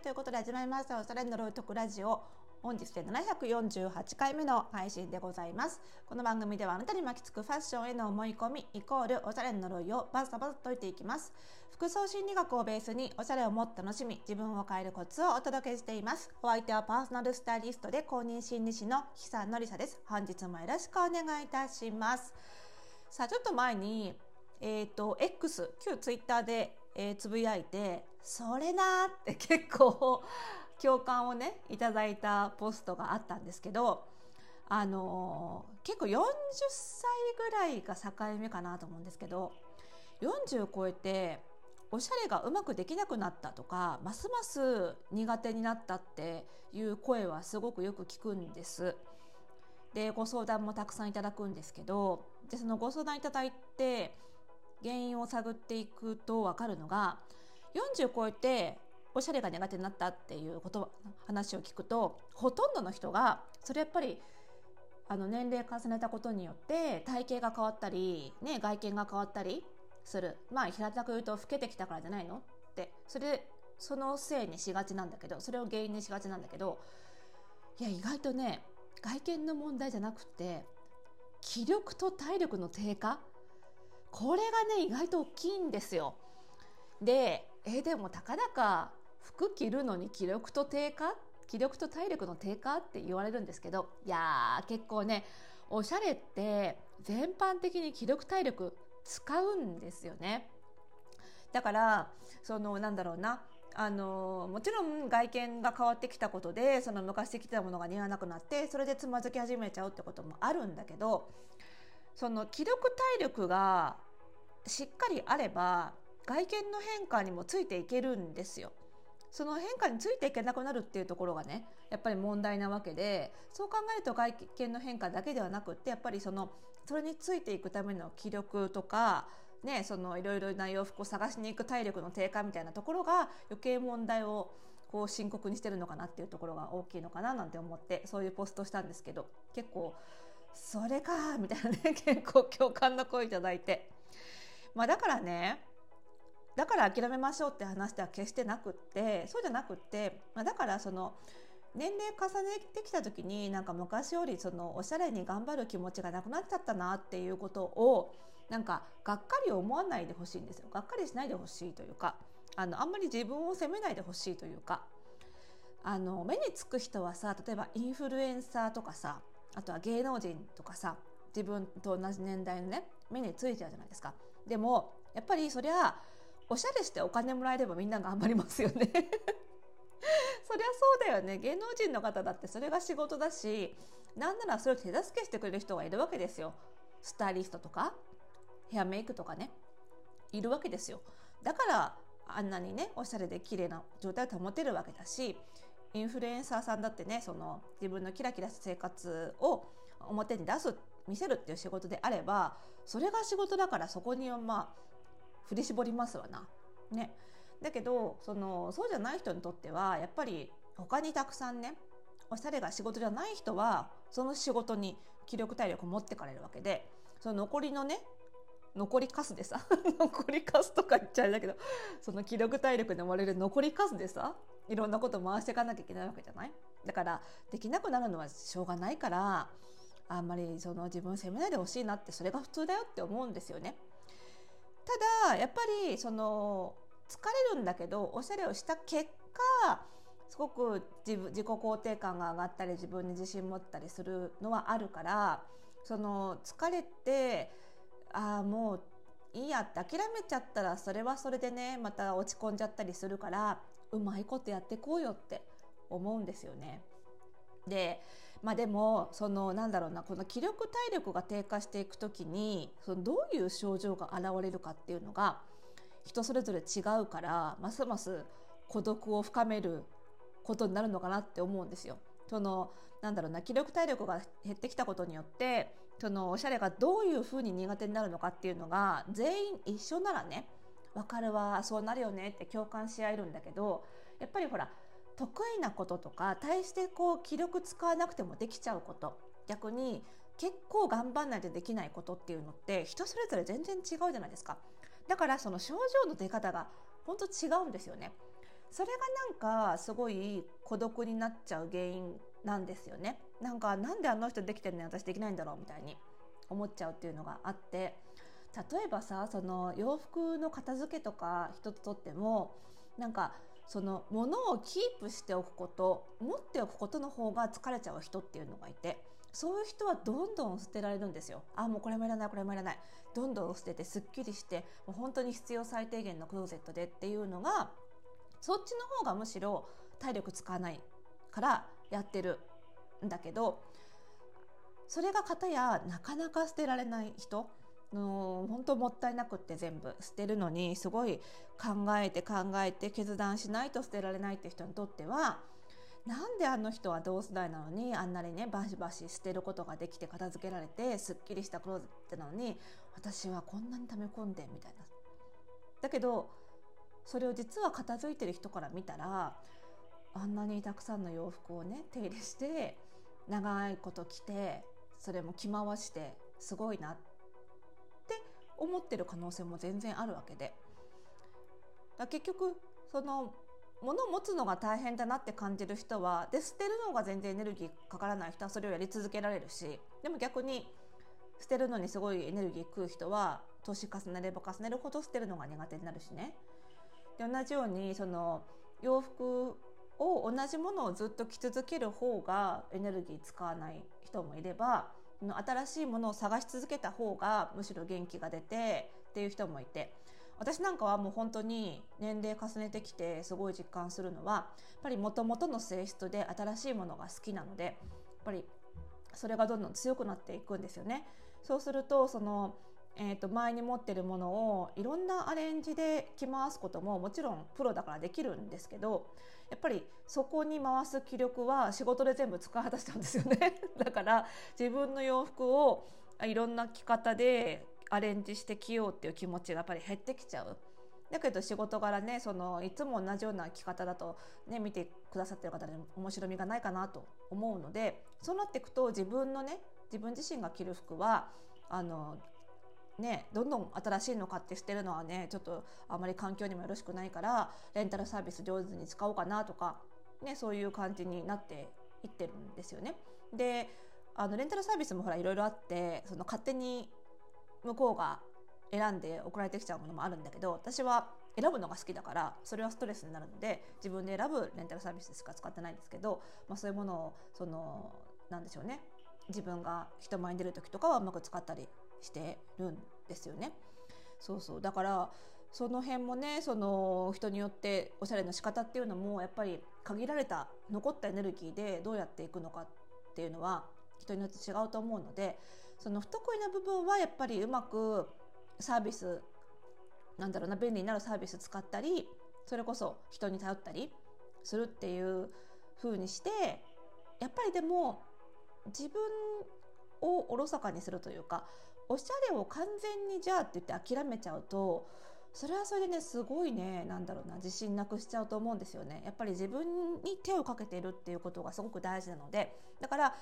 ということで始まりましたおしゃれの呪い解くラジオ。本日で748回目の配信でございます。この番組ではあなたに巻きつくファッションへの思い込みイコールおしゃれの呪いをバサバサ解いていきます。服装心理学をベースにおしゃれをもっと楽しみ自分を変えるコツをお届けしています。お相手はパーソナルスタイリストで公認心理師の久典沙です。本日もよろしくお願いいたします。さあちょっと前にX 旧ツイッターでつぶやいてそれなって結構共感をねいただいたポストがあったんですけど、結構40歳ぐらいが境目かなと思うんですけど、40超えておしゃれがうまくできなくなったとかますます苦手になったっていう声はすごくよく聞くんです。でご相談もたくさんいただくんですけど、でそのご相談いただいて原因を探っていくと分かるのが、40超えておしゃれが苦手になったっていう話を聞くと、ほとんどの人がそれやっぱり年齢重ねたことによって体型が変わったり、ね、外見が変わったりする。平たく言うと老けてきたからじゃないのってそのせいにしがちなんだけど、それを原因にしがちなんだけど、いや意外とね外見の問題じゃなくて気力と体力の低下、これがね意外と大きいんですよ。でもたかだか服着るのに気力と体力の低下って言われるんですけど、いや結構ねおしゃれって全般的に気力体力使うんですよね。だからもちろん外見が変わってきたことでその昔着てたものが似合わなくなってそれでつまずき始めちゃうってこともあるんだけど、その気力体力がしっかりあれば外見の変化にもついていけるんですよ。その変化についていけなくなるっていうところがねやっぱり問題なわけで、そう考えると外見の変化だけではなくって、やっぱりそれについていくための気力とかね、いろいろな洋服を探しに行く体力の低下みたいなところが余計問題を深刻にしてるのかなっていうところが大きいのかななんて思って、そういうポストしたんですけど、結構それかみたいなね結構共感の声いただいて、だから諦めましょうって話では決してなくって、そうじゃなくって、だから年齢重ねてきた時に昔よりおしゃれに頑張る気持ちがなくなっちゃったなっていうことをがっかり思わないでほしいんですよ。がっかりしないでほしいというか、あんまり自分を責めないでほしいというか、目につく人はさ、例えばインフルエンサーとかさ、あとは芸能人とかさ、自分と同じ年代のね目についちゃうじゃないですか。でもやっぱりそりゃおしゃれしてお金もらえればみんな頑張りますよねそりゃそうだよね。芸能人の方だってそれが仕事だし、なんならそれを手助けしてくれる人がいるわけですよ。スタイリストとかヘアメイクとかね、いるわけですよ。だからあんなにねおしゃれで綺麗な状態を保てるわけだし、インフルエンサーさんだってね自分のキラキラした生活を表に見せるっていう仕事であれば、それが仕事だからそこに振り絞りますわな、ね。だけどそうじゃない人にとってはやっぱり他にたくさんねおしゃれが仕事じゃない人はその仕事に気力体力を持ってかれるわけで、その残りカスでさ残りカスとか言っちゃうんだけど、その気力体力で生まれる残りカスでさいろんなこと回していかなきゃいけないわけじゃない。だからできなくなるのはしょうがないから、あんまり自分を責めないでほしいなって、それが普通だよって思うんですよね。ただやっぱり疲れるんだけど、おしゃれをした結果すごく自己肯定感が上がったり自分に自信持ったりするのはあるから、疲れてもういいやって諦めちゃったらそれはそれでねまた落ち込んじゃったりするから、うまいことやってこうよって思うんですよね。でもこの気力体力が低下していくときにどういう症状が現れるかっていうのが人それぞれ違うから、ますます孤独を深めることになるのかなって思うんですよ。気力体力が減ってきたことによっておしゃれがどういうふうに苦手になるのかっていうのが全員一緒ならね、わかるわそうなるよねって共感し合えるんだけど、やっぱり得意なこととか大して気力使わなくてもできちゃうこと、逆に結構頑張んないとできないことっていうのって人それぞれ全然違うじゃないですか。だからその症状の出方が本当違うんですよね。 それがなんかすごい孤独になっちゃう原因なんですよね。なんであの人できてるのに私できないんだろうみたいに思っちゃうっていうのがあって、例えばさ、その洋服の片付けとか一つとっても、なんかその物をキープしておくこと、持っておくことの方が疲れちゃう人っていうのがいて、そういう人はどんどん捨てられるんですよ。もうこれもいらない、これもいらない、どんどん捨ててすっきりして、もう本当に必要最低限のクローゼットでっていうのが、そっちの方がむしろ体力使わないからやってるんだけど、それが片やなかなか捨てられない人、本当もったいなくって全部捨てるのにすごい考えて決断しないと捨てられないって人にとっては、なんであの人は同世代なのにあんなにねバシバシ捨てることができて片付けられてすっきりしたクローゼットなのに、私はこんなに溜め込んでみたいな。だけどそれを実は片付いてる人から見たら、あんなにたくさんの洋服をね手入れして長いこと着て、それも着回してすごいなって思ってる可能性も全然あるわけで、結局その物を持つのが大変だなって感じる人は、で捨てるのが全然エネルギーかからない人はそれをやり続けられるし、でも逆に捨てるのにすごいエネルギー食う人は年重ねれば重ねるほど捨てるのが苦手になるしね。で同じようにその洋服を同じものをずっと着続ける方がエネルギー使わない人もいれば、新しいものを探し続けた方がむしろ元気が出てっていう人もいて、私なんかはもう本当に年齢重ねてきてすごい実感するのは、やっぱり元々の性質で新しいものが好きなので、やっぱりそれがどんどん強くなっていくんですよね。そうするとその前に持ってるものをいろんなアレンジで着回すことももちろんプロだからできるんですけど、やっぱりそこに回す気力は仕事で全部使い果たしちゃうんですよねだから自分の洋服をいろんな着方でアレンジして着ようっていう気持ちがやっぱり減ってきちゃう。だけど仕事柄ね、そのいつも同じような着方だとね、見てくださってる方に面白みがないかなと思うので、そうなっていくと自分自身が着る服はどんどん新しいの買って捨てるのはね、ちょっとあまり環境にもよろしくないから、レンタルサービス上手に使おうかなとかね、そういう感じになっていってるんですよね。でレンタルサービスもほらいろいろあって、その勝手に向こうが選んで送られてきちゃうものもあるんだけど、私は選ぶのが好きだからそれはストレスになるので自分で選ぶレンタルサービスしか使ってないんですけど、そういうものをなんでしょうね、自分が人前に出る時とかはうまく使ったりしてるんですよね。そうだからその辺もね、その人によっておしゃれの仕方っていうのもやっぱり限られた残ったエネルギーでどうやっていくのかっていうのは人によって違うと思うので、その不得意な部分はやっぱりうまくサービス便利になるサービス使ったり、それこそ人に頼ったりするっていう風にして、やっぱりでも自分をおろそかにするというか、おしゃれを完全にじゃあって言って諦めちゃうと、それはそれでね、すごいね、自信なくしちゃうと思うんですよね。やっぱり自分に手をかけているっていうことがすごく大事なので、だから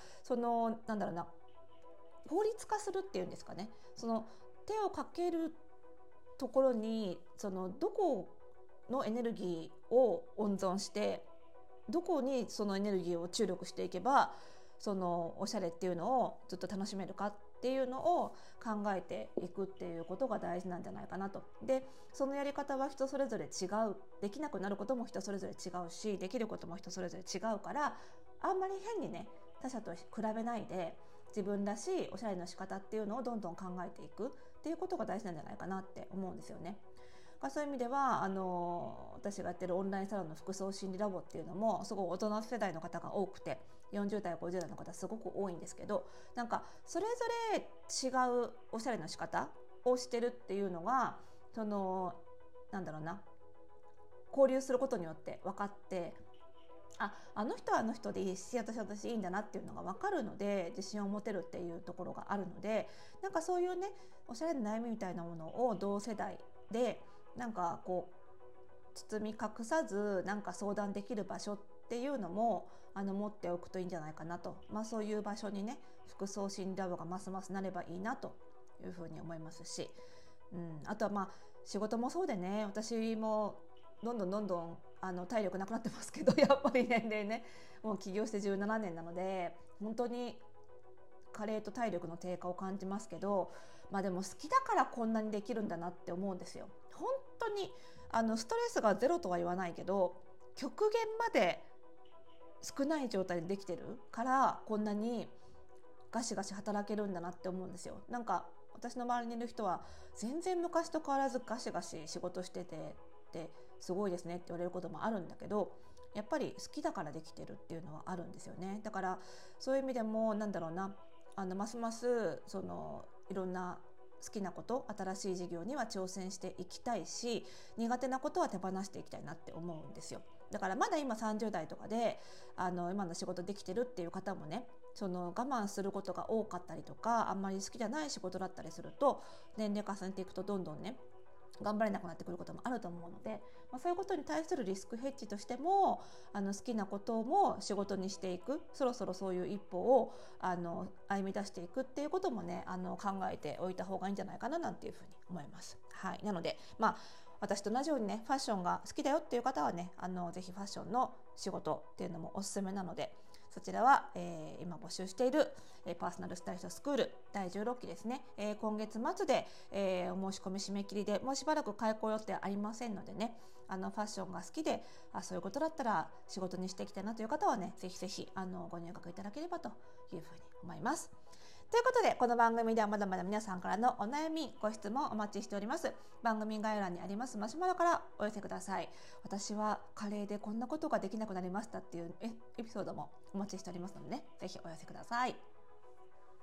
効率化するっていうんですかね、その手をかけるところにどこのエネルギーを温存して、どこにそのエネルギーを注力していけばそのおしゃれっていうのをずっと楽しめるかっていうのを考えていくっていうことが大事なんじゃないかなと。でそのやり方は人それぞれ違う、できなくなることも人それぞれ違うし、できることも人それぞれ違うから、あんまり変にね他者と比べないで自分らしいおしゃれの仕方っていうのをどんどん考えていくっていうことが大事なんじゃないかなって思うんですよね。そういう意味では私がやってるオンラインサロンの服装心理ラボっていうのもすごい大人世代の方が多くて、40代50代の方すごく多いんですけど、それぞれ違うおしゃれの仕方をしてるっていうのが交流することによって分かって、あの人はあの人でいいし、私は私いいんだなっていうのが分かるので自信を持てるっていうところがあるので、そういうねおしゃれな悩みみたいなものを同世代で包み隠さず相談できる場所っていうのも持っておくといいんじゃないかなと、そういう場所にね服装心理ラボがますますなればいいなというふうに思いますし、あとは仕事もそうでね、私もどんどん体力なくなってますけど、やっぱり年齢ね、もう起業して17年なので本当に加齢と体力の低下を感じますけど、でも好きだからこんなにできるんだなって思うんですよ。本当にストレスがゼロとは言わないけど、極限まで少ない状態でできてるからこんなにガシガシ働けるんだなって思うんですよ。なんか私の周りにいる人は全然昔と変わらずガシガシ仕事しててってすごいですねって言われることもあるんだけど、やっぱり好きだからできてるっていうのはあるんですよね。だからそういう意味でもますますいろんな好きなこと、新しい事業には挑戦していきたいし、苦手なことは手放していきたいなって思うんですよ。だからまだ今30代とかで今の仕事できてるっていう方もね、我慢することが多かったりとか、あんまり好きじゃない仕事だったりすると、年齢重ねていくとどんどんね頑張れなくなってくることもあると思うので、そういうことに対するリスクヘッジとしても好きなことも仕事にしていく、そろそろそういう一歩を歩み出していくっていうこともね考えておいた方がいいんじゃないかななんていうふうに思います。はい、なので私と同じようにねファッションが好きだよっていう方はねぜひファッションの仕事っていうのもおすすめなので、そちらは、今募集している、パーソナルスタイリストスクール第16期ですね、今月末で、お申し込み締め切りでもうしばらく開講予定ありませんのでね、ファッションが好きでそういうことだったら仕事にしていきたいなという方はね、ぜひぜひご入学いただければというふうに思います。ということで、この番組ではまだまだ皆さんからのお悩みご質問お待ちしております。番組概要欄にありますマシュマロからお寄せください。私は加齢でこんなことができなくなりましたっていうエピソードもお待ちしておりますのでね、ぜひお寄せください。